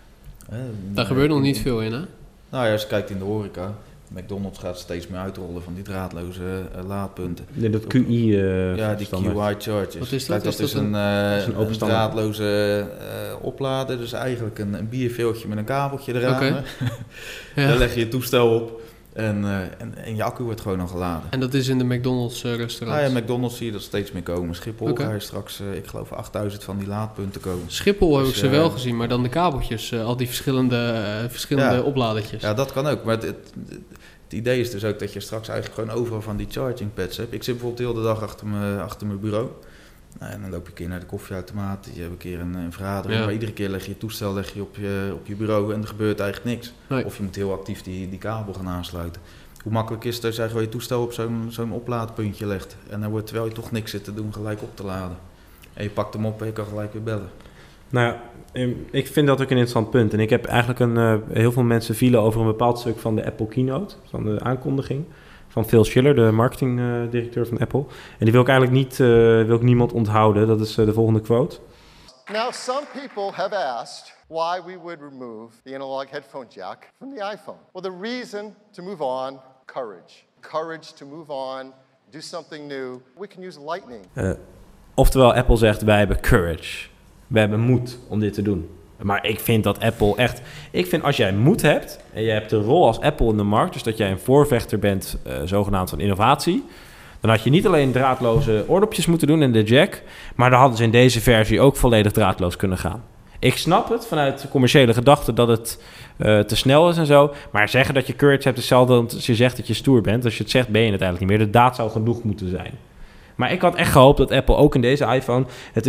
Daar gebeurt nog niet veel in, hè? Nou ja, als je kijkt in de horeca. McDonald's gaat steeds meer uitrollen van die draadloze laadpunten. Nee, dat QI die QI chargers. Wat is dat? Kijk, dat is een draadloze oplader. Dus eigenlijk een bierveeltje met een kabeltje eraan. Okay. Daar leg je je toestel op en je accu wordt gewoon al geladen. En dat is in de McDonald's restaurants? Ja, McDonald's zie je dat steeds meer komen. Schiphol ga je straks, ik geloof 8000 van die laadpunten komen. Schiphol heb ik ze wel gezien, maar dan de kabeltjes, al die verschillende opladertjes. Ja, dat kan ook, maar het idee is dus ook dat je straks eigenlijk gewoon overal van die charging pads hebt. Ik zit bijvoorbeeld de hele dag achter mijn bureau. Nou, en dan loop je een keer naar de koffieautomaat. Je hebt een keer een vergadering. Ja. Maar iedere keer leg je toestel op je bureau en er gebeurt eigenlijk niks. Nee. Of je moet heel actief die kabel gaan aansluiten. Hoe makkelijk is het als je gewoon je toestel op zo'n oplaadpuntje legt. En dan wordt, terwijl je toch niks zit te doen, gelijk op te laden. En je pakt hem op en je kan gelijk weer bellen. Nou ja, ik vind dat ook een interessant punt. En ik heb eigenlijk heel veel mensen vielen over een bepaald stuk van de Apple Keynote, van de aankondiging, van Phil Schiller, de marketingdirecteur van Apple. En die wil ik eigenlijk wil ik niemand onthouden. Dat is de volgende quote. Now, some people have asked why we would remove the analog headphone jack from the iPhone. Well, the reason to move on, courage. Courage to move on, do something new. We can use Lightning. Oftewel, Apple zegt, wij hebben courage. We hebben moed om dit te doen. Maar ik vind dat Apple echt... Ik vind als jij moed hebt en je hebt de rol als Apple in de markt, dus dat jij een voorvechter bent, zogenaamd van innovatie, dan had je niet alleen draadloze oordopjes moeten doen en de jack, maar dan hadden ze in deze versie ook volledig draadloos kunnen gaan. Ik snap het vanuit de commerciële gedachte dat het te snel is en zo, maar zeggen dat je courage hebt is hetzelfde als je zegt dat je stoer bent. Als je het zegt, ben je het eigenlijk niet meer. De daad zou genoeg moeten zijn. Maar ik had echt gehoopt dat Apple ook in deze iPhone...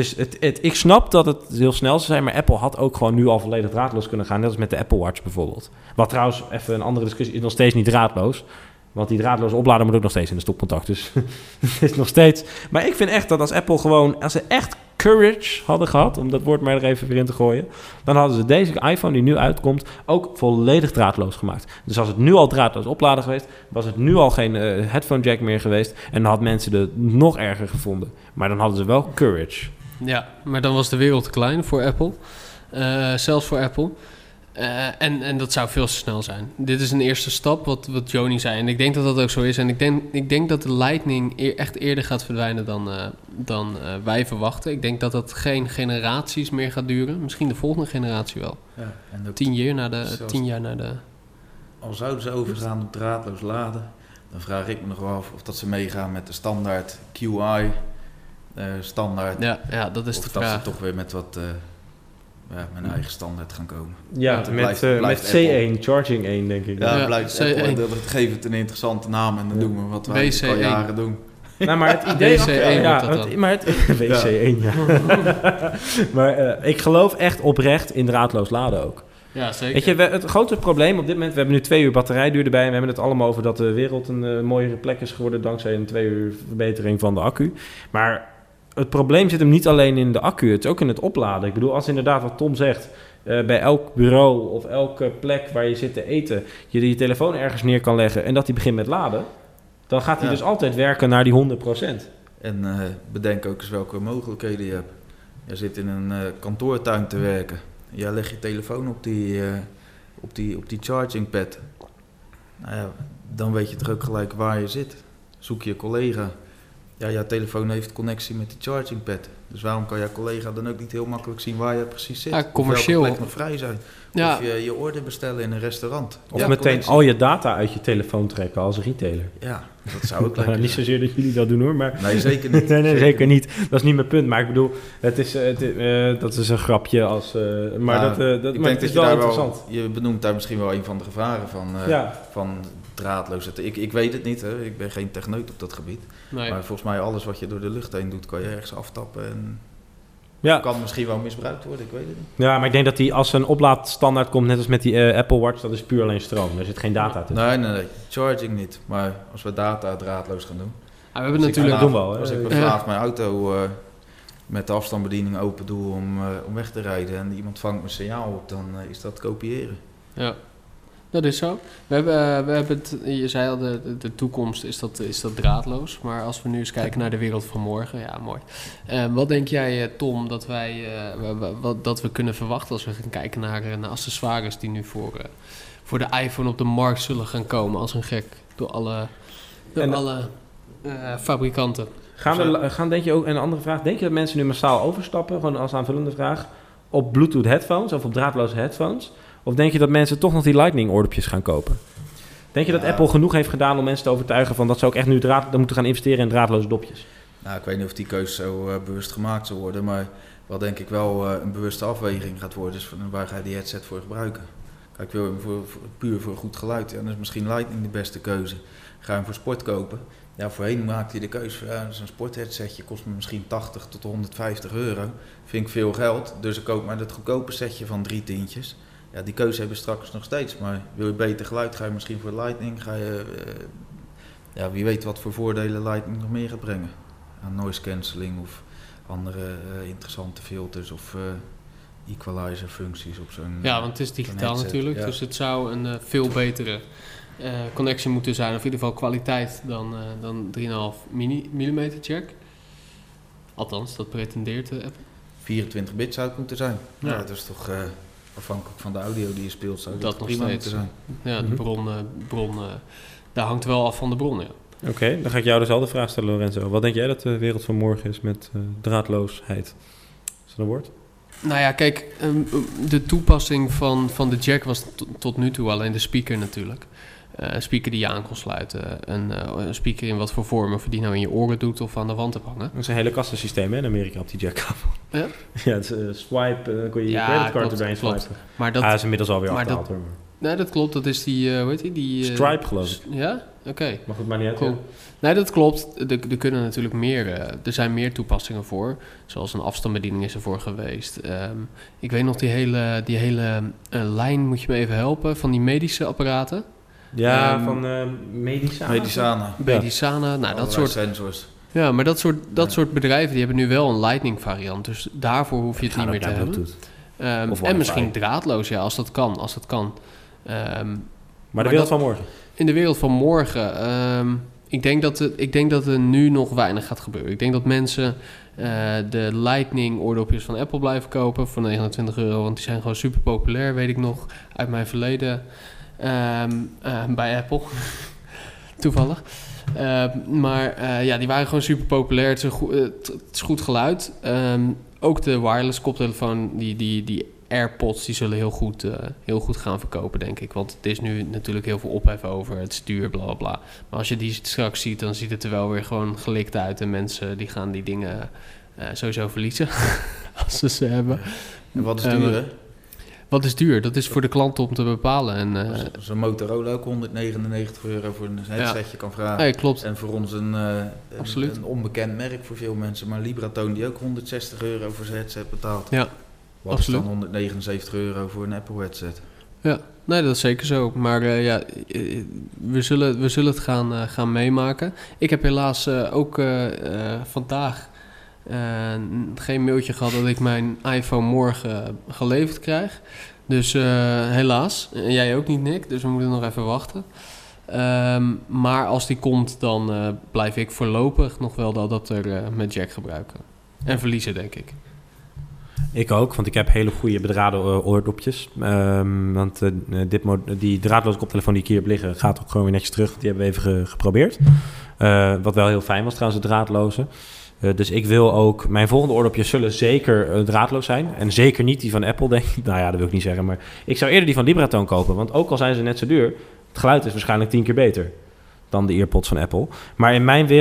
Ik snap dat het heel snel zou zijn, maar Apple had ook gewoon nu al volledig draadloos kunnen gaan. Net als met de Apple Watch bijvoorbeeld. Wat trouwens, even een andere discussie, is nog steeds niet draadloos. Want die draadloze oplader moet ook nog steeds in de stopcontact. Dus het is nog steeds... Maar ik vind echt dat als Apple gewoon... Als ze echt courage hadden gehad, om dat woord maar er even weer in te gooien, dan hadden ze deze iPhone die nu uitkomt ook volledig draadloos gemaakt. Dus als het nu al draadloos opladen geweest, was het nu al geen headphone jack meer geweest en dan had mensen het nog erger gevonden. Maar dan hadden ze wel courage. Ja, maar dan was de wereld te klein voor Apple. Zelfs voor Apple. En dat zou veel te snel zijn. Dit is een eerste stap, wat Joni zei. En ik denk dat dat ook zo is. En ik denk dat de Lightning echt eerder gaat verdwijnen dan wij verwachten. Ik denk dat dat geen generaties meer gaat duren. Misschien de volgende generatie wel. Ja, en 10 jaar na de... Al zouden ze overgaan op draadloos laden, dan vraag ik me nog wel af of dat ze meegaan met de standaard QI standaard. Ja, dat is de vraag. Of dat ze toch weer met wat... mijn eigen standaard gaan komen. Ja, met C1, Charging 1 denk ik. Ja, blijft Apple. Dat geeft het een interessante naam en dan doen we wat wij al jaren doen. Nou, maar het idee... WC1, ja. Maar ik geloof echt oprecht in draadloos laden ook. Ja, zeker. Weet je, het grote probleem op dit moment... We hebben nu 2 uur batterijduur erbij... en we hebben het allemaal over dat de wereld een mooiere plek is geworden... dankzij een 2 uur verbetering van de accu. Maar... Het probleem zit hem niet alleen in de accu, het is ook in het opladen. Ik bedoel, als inderdaad wat Tom zegt, bij elk bureau of elke plek waar je zit te eten, je telefoon ergens neer kan leggen en dat die begint met laden, dan gaat hij dus altijd werken naar die 100%. En bedenk ook eens welke mogelijkheden je hebt. Je zit in een kantoortuin te werken. Jij legt je telefoon op die charging pad. Nou ja, dan weet je toch ook gelijk waar je zit. Zoek je collega. Ja, jouw telefoon heeft connectie met die charging pad. Dus waarom kan jouw collega dan ook niet heel makkelijk zien waar je precies zit? Ja, commercieel. Of welke plek nog vrij zijn. Ja. Of je order bestellen in een restaurant. Of meteen connectie. Al je data uit je telefoon trekken als retailer. Ja, dat zou ook lekker Niet zozeer dat jullie dat doen hoor, maar... Nee, zeker niet. nee, zeker niet. Dat is niet mijn punt. Maar ik bedoel, dat is een grapje als... maar het is wel interessant. Je benoemt daar misschien wel een van de gevaren van draadloosheid. Ik weet het niet, hè. Ik ben geen techneut op dat gebied. Nee. Maar volgens mij alles wat je door de lucht heen doet, kan je ergens aftappen en kan misschien wel misbruikt worden, ik weet het niet. Ja, maar ik denk dat als een oplaadstandaard komt, net als met die Apple Watch, dat is puur alleen stroom. Er zit geen data tussen. Nee, charging niet. Maar als we data draadloos gaan doen. We hebben natuurlijk als ik vanavond mijn auto met de afstandsbediening open doe om weg te rijden en iemand vangt mijn signaal op, dan is dat kopiëren. Ja. Dat is zo. We hebben het, je zei al, de toekomst is dat draadloos. Maar als we nu eens kijken naar de wereld van morgen, ja, mooi. Wat denk jij, Tom, dat we kunnen verwachten als we gaan kijken naar accessoires die nu voor de iPhone op de markt zullen gaan komen als een gek door alle fabrikanten? Gaan denk je ook, en een andere vraag, denk je dat mensen nu massaal overstappen, gewoon als aanvullende vraag, op Bluetooth headphones of op draadloze headphones? Of denk je dat mensen toch nog die Lightning oordopjes gaan kopen? Denk je dat Apple genoeg heeft gedaan om mensen te overtuigen van dat ze ook echt nu moeten gaan investeren in draadloze dopjes? Nou, ik weet niet of die keuze zo bewust gemaakt zal worden, maar wat denk ik wel een bewuste afweging gaat worden, is van waar ga je die headset voor gebruiken? Kijk, wil je hem puur voor goed geluid, dan is misschien Lightning de beste keuze. Ga je hem voor sport kopen? Ja, voorheen maakte je de keuze van zo'n sportheadsetje kost me misschien 80 tot 150 euro. Vind ik veel geld, dus ik koop maar dat goedkope setje van 3 tientjes. Ja, die keuze hebben we straks nog steeds, maar wil je beter geluid, ga je misschien voor Lightning, wie weet wat voor voordelen Lightning nog meer gaat brengen. Aan noise cancelling of andere interessante filters of equalizer functies op zo'n... Ja, want het is digitaal natuurlijk, dus het zou een veel betere connectie moeten zijn, of in ieder geval kwaliteit dan 3,5 mm jack. Althans, dat pretendeert Apple. 24 bit zou het moeten zijn. Ja, dat is toch... afhankelijk van de audio die je speelt, zou dat nog prima moeten zijn. Ja, de bron daar hangt wel af van de bron, ja. Oké, dan ga ik jou dezelfde vraag stellen, Lorenzo. Wat denk jij dat de wereld van morgen is met draadloosheid? Is dat een woord? Nou ja, kijk, de toepassing van de jack was tot nu toe alleen de speaker natuurlijk. Een speaker die je aan kon sluiten. Een speaker in wat voor vorm, of die nou in je oren doet of aan de wand hebt hangen. Dat is een hele kassensysteem hè, in Amerika op die jackkabel. Ja? Ja, het is swipe, dan kon je creditcard erbij swipen. Maar dat is inmiddels alweer afgehaald hoor. Nee, dat klopt. Dat is die, hoe heet die? Stripe geloof ik. Ja? Oké. Mag het maar niet uit. Cool. Nee, dat klopt. Er kunnen natuurlijk er zijn meer toepassingen voor. Zoals een afstandsbediening is ervoor geweest. Ik weet nog die hele lijn, moet je me even helpen, van die medische apparaten. Ja, van Medisana. Medisana, nou dat soort sensors. Ja, maar dat soort bedrijven die hebben nu wel een Lightning variant. Dus daarvoor hoef je het niet meer te hebben. En misschien draadloos, ja, als dat kan. Maar de wereld van morgen? In de wereld van morgen... Ik denk dat er nu nog weinig gaat gebeuren. Ik denk dat mensen de Lightning oordopjes van Apple blijven kopen voor €29. Want die zijn gewoon super populair, weet ik nog, uit mijn verleden bij Apple. Toevallig. Die waren gewoon super populair. Het is goed geluid. Ook de wireless koptelefoon, die AirPods, die zullen heel goed gaan verkopen, denk ik. Want het is nu natuurlijk heel veel ophef over. Het is duur, bla bla bla. Maar als je die straks ziet, dan ziet het er wel weer gewoon gelikt uit. En mensen die gaan die dingen sowieso verliezen. Als ze hebben. En wat is duur, hè? Wat is duur? Dat is voor de klant om te bepalen. Zo'n Motorola ook €199 voor een headsetje kan vragen. Ja, klopt. En voor ons een onbekend merk voor veel mensen. Maar Libratoon die ook €160 voor zijn headset betaalt. Ja, wat absoluut. is dan €179 voor een Apple headset? Ja, nee, dat is zeker zo. Maar we zullen het gaan meemaken. Ik heb helaas ook vandaag geen mailtje gehad dat ik mijn iPhone morgen geleverd krijg. Dus helaas. En jij ook niet, Nick. Dus we moeten nog even wachten. Maar als die komt, dan blijf ik voorlopig nog wel de adapter met jack gebruiken. En verliezen, denk ik. Ik ook, want ik heb hele goede bedraden oordopjes. Want die draadloze koptelefoon die ik hier heb liggen gaat ook gewoon weer netjes terug. Die hebben we even geprobeerd. Wat wel heel fijn was trouwens, de draadloze. Dus ik wil ook... Mijn volgende oordopjes zullen zeker draadloos zijn. En zeker niet die van Apple, denk ik. Nou ja, dat wil ik niet zeggen. Maar ik zou eerder die van Libratoon kopen. Want ook al zijn ze net zo duur... Het geluid is waarschijnlijk 10 keer beter dan de earpods van Apple. Maar in mijn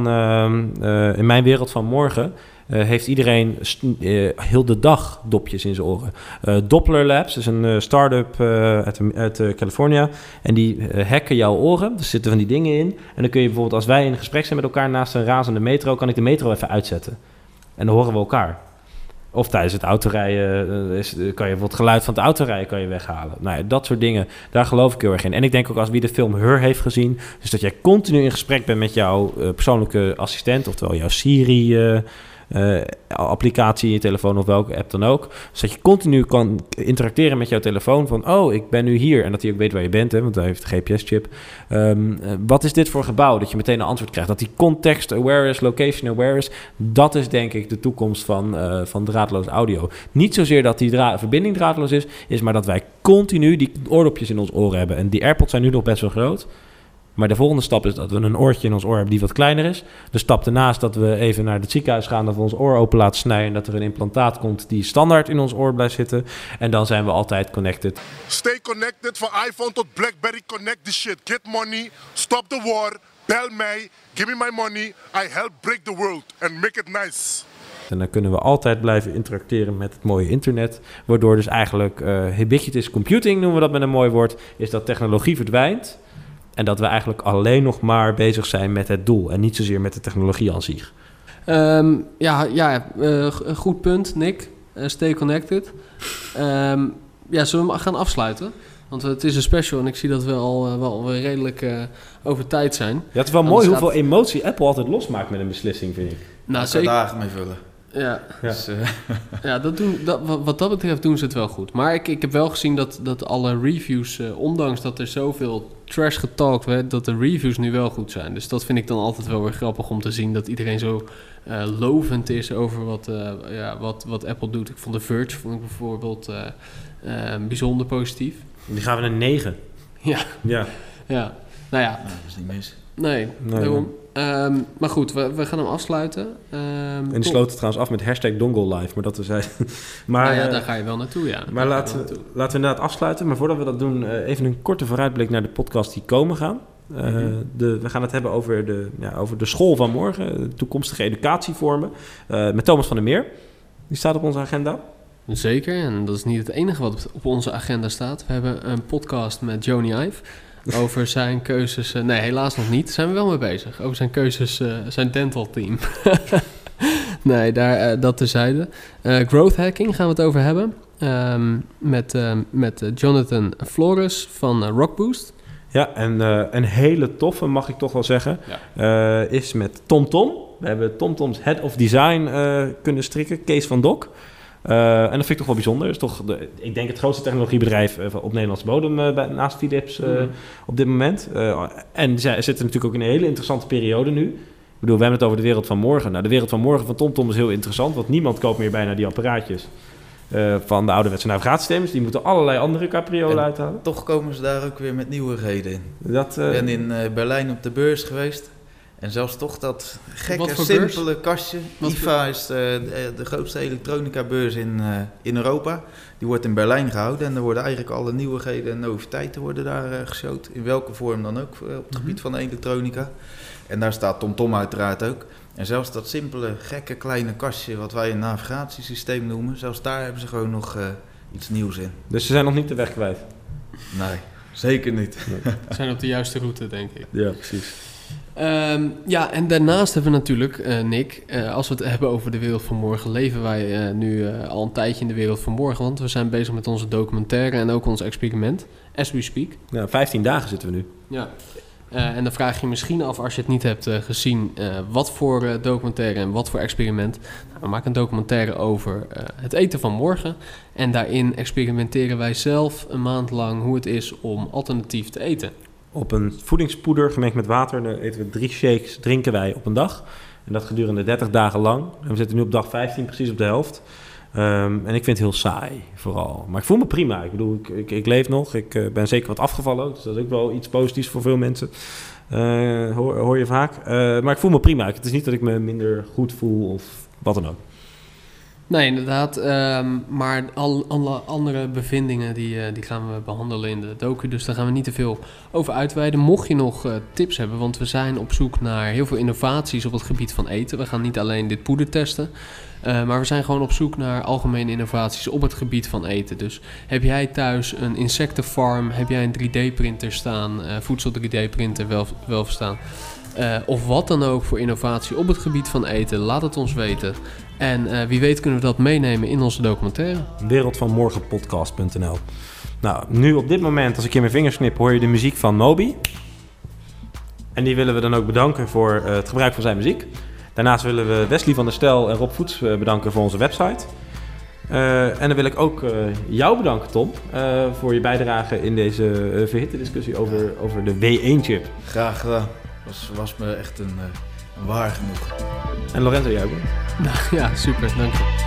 wereld van morgen... heeft iedereen heel de dag dopjes in zijn oren. Doppler Labs is een start-up uit California. En die hacken jouw oren. Er zitten van die dingen in. En dan kun je bijvoorbeeld, als wij in gesprek zijn met elkaar naast een razende metro... kan ik de metro even uitzetten. En dan horen we elkaar. Of tijdens het autorijden kan je bijvoorbeeld het geluid van het autorijden kan je weghalen. Nou ja, dat soort dingen, daar geloof ik heel erg in. En ik denk ook als wie de film Her heeft gezien... dus dat jij continu in gesprek bent met jouw persoonlijke assistent... oftewel jouw Siri... applicatie in je telefoon of welke app dan ook. Zodat je continu kan interacteren met jouw telefoon van... oh, ik ben nu hier. En dat hij ook weet waar je bent, hè, want hij heeft een GPS-chip. Wat is dit voor gebouw? Dat je meteen een antwoord krijgt. Dat die context-aware is, location-aware is. Dat is denk ik de toekomst van draadloos audio. Niet zozeer dat die verbinding draadloos is... maar dat wij continu die oordopjes in ons oren hebben. En die AirPods zijn nu nog best wel groot... Maar de volgende stap is dat we een oortje in ons oor hebben die wat kleiner is. De stap daarnaast dat we even naar het ziekenhuis gaan... dat we ons oor open laten snijden... en dat er een implantaat komt die standaard in ons oor blijft zitten. En dan zijn we altijd connected. Stay connected van iPhone tot BlackBerry. Connect the shit. Get money. Stop the war. Bel mij. Give me my money. I help break the world. And make it nice. En dan kunnen we altijd blijven interacteren met het mooie internet. Waardoor dus eigenlijk ubiquitous computing, noemen we dat met een mooi woord... is dat technologie verdwijnt... En dat we eigenlijk alleen nog maar bezig zijn met het doel... en niet zozeer met de technologie aan zich. Goed punt, Nick. Stay connected. Zullen we gaan afsluiten? Want het is een special en ik zie dat we al redelijk over tijd zijn. Ja, het is wel mooi hoeveel emotie Apple altijd losmaakt met een beslissing, vind ik. Nou, zeker dagen mee vullen. Ja, dus, wat dat betreft doen ze het wel goed. Maar ik heb wel gezien dat alle reviews, ondanks dat er zoveel trash getalkt werd, dat de reviews nu wel goed zijn. Dus dat vind ik dan altijd wel weer grappig om te zien, dat iedereen zo lovend is over wat Apple doet. Ik vond de Verge bijvoorbeeld bijzonder positief. Die gaan we naar 9. Ja. Nou ja. Dat is niet mis. Nee. Daarom. Maar goed, we gaan hem afsluiten. En die sloot het trouwens af met #DongleLive, maar dat we zeiden. Maar daar ga je wel naartoe, ja. Maar laten we inderdaad afsluiten. Maar voordat we dat doen, even een korte vooruitblik naar de podcast die komen gaan. We gaan het hebben over de school van morgen, toekomstige educatievormen. Met Thomas van der Meer. Die staat op onze agenda. Zeker, en dat is niet het enige wat op onze agenda staat. We hebben een podcast met Jony Ive. Over zijn keuzes... nee, helaas nog niet. Daar zijn we wel mee bezig. Over zijn keuzes, zijn dental team. Nee, dat terzijde. Growth hacking gaan we het over hebben. Met Jonathan Flores van Rockboost. Ja, en een hele toffe, mag ik toch wel zeggen, is met TomTom. We hebben TomTom's Head of Design kunnen strikken, Kees van Dok. En dat vind ik toch wel bijzonder. Dat is toch ik denk het grootste technologiebedrijf op Nederlandse bodem naast Philips op dit moment. En zij zitten natuurlijk ook in een hele interessante periode nu. Ik bedoel, we hebben het over de wereld van morgen. Nou, de wereld van morgen van TomTom is heel interessant, want niemand koopt meer bijna die apparaatjes van de ouderwetse navigatiesystemen. Die moeten allerlei andere capriolen uithalen. Toch komen ze daar ook weer met nieuwigheden in. Ik ben in Berlijn op de beurs geweest. En zelfs toch dat gekke, simpele kastje. IFA is de grootste elektronica-beurs in Europa. Die wordt in Berlijn gehouden. En er worden eigenlijk alle nieuwigheden en noviteiten worden daar geshowd. In welke vorm dan ook op het gebied van elektronica. En daar staat TomTom uiteraard ook. En zelfs dat simpele, gekke, kleine kastje wat wij een navigatiesysteem noemen. Zelfs daar hebben ze gewoon nog iets nieuws in. Dus ze zijn nog niet de weg kwijt? Nee, zeker niet. Nee. Ze zijn op de juiste route, denk ik. Ja, precies. En daarnaast hebben we natuurlijk, Nick, als we het hebben over de wereld van morgen, leven wij nu al een tijdje in de wereld van morgen. Want we zijn bezig met onze documentaire en ook ons experiment, as we speak. Ja, 15 dagen zitten we nu. Ja. En dan vraag je misschien af, als je het niet hebt gezien, wat voor documentaire en wat voor experiment. Nou, we maken een documentaire over het eten van morgen. En daarin experimenteren wij zelf een maand lang hoe het is om alternatief te eten. Op een voedingspoeder gemengd met water, dan eten we 3 shakes, drinken wij op een dag. En dat gedurende 30 dagen lang. En we zitten nu op dag 15, precies op de helft. En ik vind het heel saai, vooral. Maar ik voel me prima. Ik bedoel, ik leef nog. Ik ben zeker wat afgevallen. Dus dat is ook wel iets positiefs voor veel mensen. Hoor je vaak. Maar ik voel me prima. Het is niet dat ik me minder goed voel of wat dan ook. Nee, inderdaad. Maar alle andere bevindingen die gaan we behandelen in de docu. Dus daar gaan we niet te veel over uitweiden. Mocht je nog tips hebben, want we zijn op zoek naar heel veel innovaties op het gebied van eten. We gaan niet alleen dit poeder testen. Maar we zijn gewoon op zoek naar algemene innovaties op het gebied van eten. Dus heb jij thuis een insectenfarm? Heb jij een 3D-printer staan? Voedsel 3D-printer wel verstaan? Of wat dan ook voor innovatie op het gebied van eten. Laat het ons weten. En wie weet kunnen we dat meenemen in onze documentaire. Wereldvanmorgenpodcast.nl. Nou, nu op dit moment, als ik in mijn vingers knip, hoor je de muziek van Moby. En die willen we dan ook bedanken voor het gebruik van zijn muziek. Daarnaast willen we Wesley van der Stel en Rob Voets bedanken voor onze website. En dan wil ik ook jou bedanken, Tom, voor je bijdrage in deze verhitte discussie over de W1-chip. Graag gedaan. Was me echt een waar genoeg. En Lorenzo, jij ook? Nou ja, super, dank je.